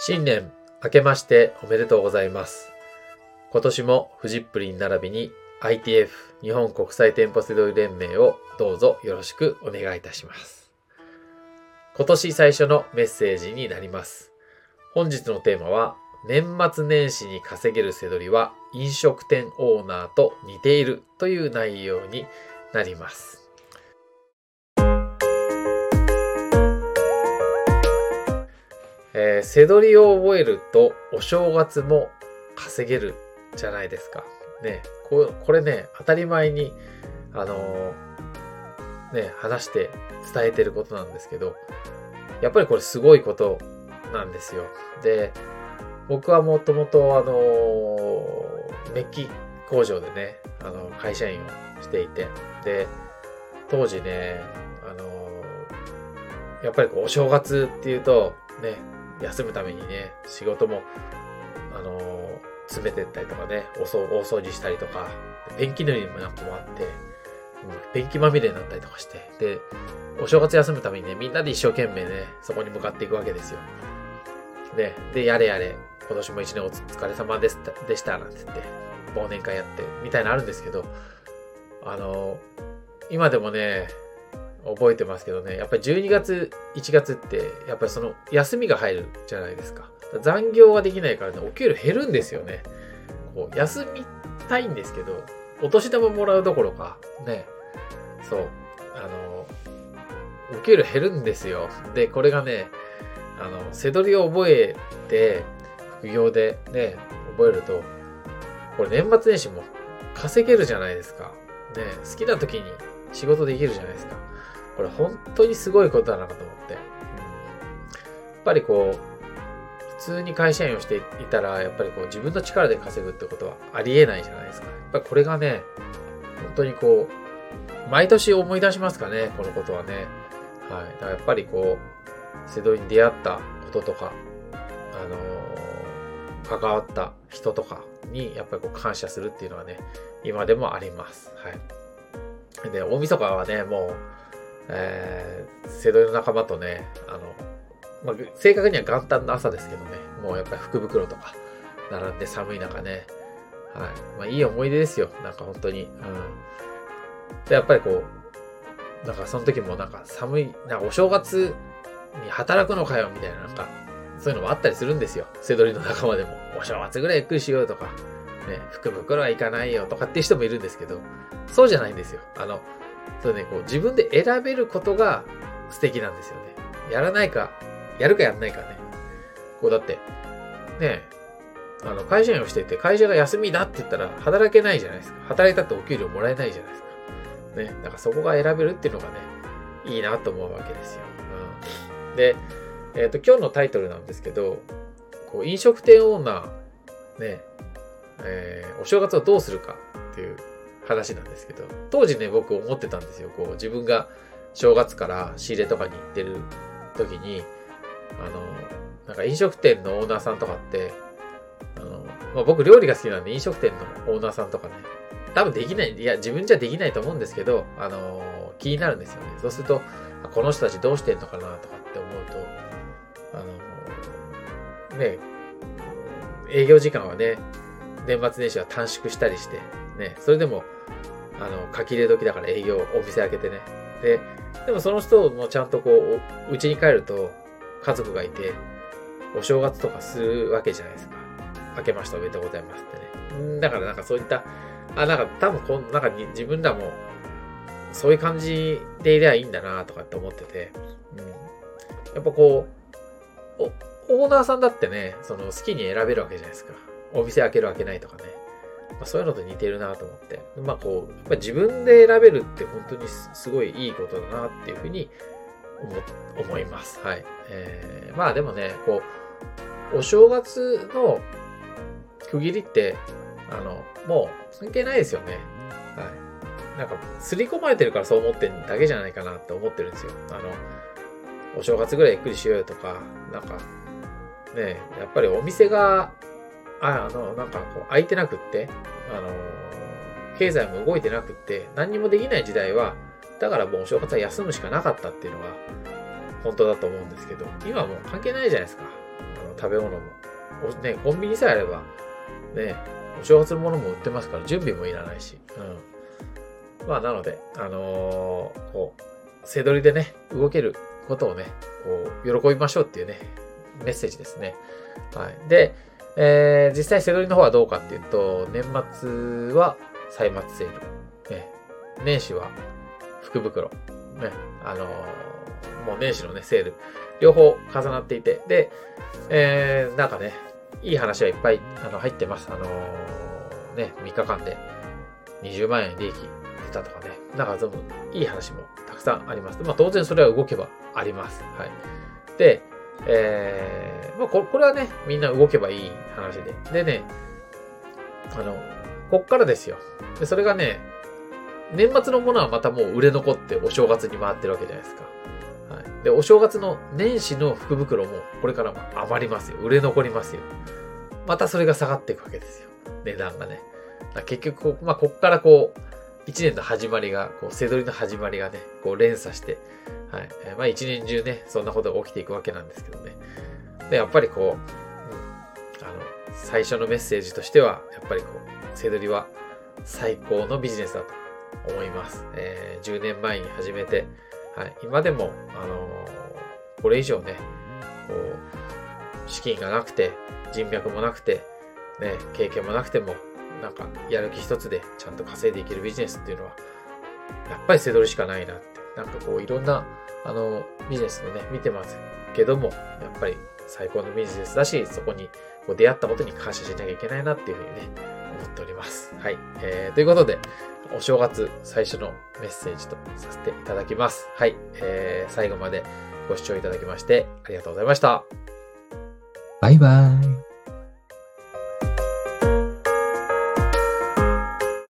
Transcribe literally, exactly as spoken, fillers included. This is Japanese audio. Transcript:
新年明けましておめでとうございます。今年もフジップリン並びに アイティーエフ 日本国際店舗セドリ連盟をどうぞよろしくお願いいたします。今年最初のメッセージになります。本日のテーマは、年末年始に稼げるセドリは飲食店オーナーと似ているという内容になります。えー、セドリを覚えるとお正月も稼げるじゃないですか。ね、こ, これね、当たり前に、あのー、ね、話して伝えてることなんですけど、やっぱりこれすごいことなんですよ。で、僕はもともとあのー、メッキ工場でね、あのー、会社員をしていて、で、当時ね、あのー、やっぱりこうお正月っていうと、ね、休むためにね、仕事も、あのー、詰めてったりとかね、大掃除したりとか、ペンキ塗りもなんかもあって、ペンキまみれになったりとかして、で、お正月休むためにね、みんなで一生懸命ね、そこに向かっていくわけですよ。で、で、やれやれ、今年も一年お疲れ様でした、でした、なんて言って、忘年会やって、みたいなのあるんですけど、あのー、今でもね、覚えてますけどね、やっぱりじゅうにがつ、いちがつって、やっぱりその休みが入るじゃないですか。残業ができないからね、お給料減るんですよね。こう休みたいんですけど、お年玉もらうどころか、ね、そう、あの、お給料減るんですよ。で、これがね、あの、セドリを覚えて、副業でね、覚えると、これ年末年始も稼げるじゃないですか。ね、好きな時に仕事できるじゃないですか。これ本当にすごいことだなと思って。うん、やっぱりこう、普通に会社員をしていたら、やっぱりこう自分の力で稼ぐってことはありえないじゃないですか。やっぱりこれがね、本当にこう、毎年思い出しますかね、このことはね。はい。だからやっぱりこう、セドリに出会ったこととか、あのー、関わった人とかに、やっぱりこう感謝するっていうのはね、今でもあります。はい。で、大晦日はね、もう、えー、セドリの仲間とね、あの、まあ、正確には元旦の朝ですけどね、もうやっぱり福袋とか並んで寒い中ね、はい。まあ、いい思い出ですよ。なんか本当に。うん。で、やっぱりこう、なんかその時もなんか寒い、なんかお正月に働くのかよみたいな、なんか、そういうのもあったりするんですよ。セドリの仲間でも。お正月ぐらいゆっくりしようとか、ね、福袋は行かないよとかっていう人もいるんですけど、そうじゃないんですよ。あの、そうね、こう自分で選べることが素敵なんですよね。やらないか、やるかやらないかね。こうだって、ね、あの、会社員をしていて、会社が休みだって言ったら働けないじゃないですか。働いたってお給料もらえないじゃないですか。ね、だからそこが選べるっていうのがね、いいなと思うわけですよ。うん、で、えっと、今日のタイトルなんですけど、こう飲食店オーナー、ね、えー、お正月をどうするかっていう話なんですけど、当時ね、僕思ってたんですよ。こう、自分が正月から仕入れとかに行ってる時に、あの、なんか飲食店のオーナーさんとかって、あの、まあ、僕料理が好きなんで飲食店のオーナーさんとかね、多分できない、いや、自分じゃできないと思うんですけど、あの、気になるんですよね。そうすると、この人たちどうしてんのかなとかって思うと、あの、ね、営業時間はね、年末年始は短縮したりして、ね、それでも、あの、書き入れ時だから営業、お店開けてね。で、でもその人もちゃんとこう、家に帰ると家族がいて、お正月とかするわけじゃないですか。明けましておめでとうございますってね。だからなんかそういった、あ、なんか多分こん、なんか自分らも、そういう感じでいればいいんだなとかって思ってて、うん。やっぱこう、オーナーさんだってね、その好きに選べるわけじゃないですか。お店開ける開けないとかね。まあ、そういうのと似てるなと思って。まあこう、やっぱり自分で選べるって本当にすごいいいことだなっていうふうに思、思います。はい。えー、まあでもね、こう、お正月の区切りって、あの、もう関係ないですよね。はい。なんか、刷り込まれてるからそう思ってるだけじゃないかなって思ってるんですよ。あの、お正月ぐらいゆっくりしようよとか、なんか、ね、やっぱりお店が、あ、あの、なんかこう、空いてなくって、あの、経済も動いてなくって、何にもできない時代は、だからもうお正月は休むしかなかったっていうのが、本当だと思うんですけど、今はもう関係ないじゃないですか。あ食べ物も、ね、コンビニさえあれば、ね、お正月のものも売ってますから、準備もいらないし。うん。まあ、なので、あのー、こう、背取りでね、動けることをね、こう、喜びましょうっていうね、メッセージですね。はい。で、えー、実際背取りの方はどうかっていうと、年末は歳末セール。ね、年始は福袋。ね、あのー、もう年始のね、セール。両方重なっていて、で、えー、なんかね、いい話はいっぱいあの入ってます。あのー、ね、みっかかんでにじゅうまんえん利益出たとかね、なんかそのいい話もたくさんあります。まあ当然それは動けばあります。はい。で、えー、まあこれはね、みんな動けばいい話で。でね、あの、こっからですよ。で、それがね、年末のものはまたもう売れ残ってお正月に回ってるわけじゃないですか。はい。で、お正月の年始の福袋もこれからも余りますよ。売れ残りますよ。またそれが下がっていくわけですよ。値段がね。結局、まあ、こっからこう、一年の始まりが、こう、背取りの始まりがね、こう連鎖して、はい。まあ一年中ね、そんなことが起きていくわけなんですけどね。で、やっぱりこう、うん、あの、最初のメッセージとしては、やっぱりこう、背取りは最高のビジネスだと思います。えー、じゅうねんまえに始めて、はい。今でも、あのー、これ以上ね、こう、資金がなくて、人脈もなくて、ね、経験もなくても、なんか、やる気一つでちゃんと稼いでいけるビジネスっていうのは、やっぱり背取りしかないなって。なんかこう、いろんな、あの、ビジネスをね、見てますけども、やっぱり最高のビジネスだし、そこにこう出会ったことに感謝しなきゃいけないなっていうふうにね、思っております。はい。えー、ということで、お正月最初のメッセージとさせていただきます。はい。えー、最後までご視聴いただきましてありがとうございました。 バイバイ。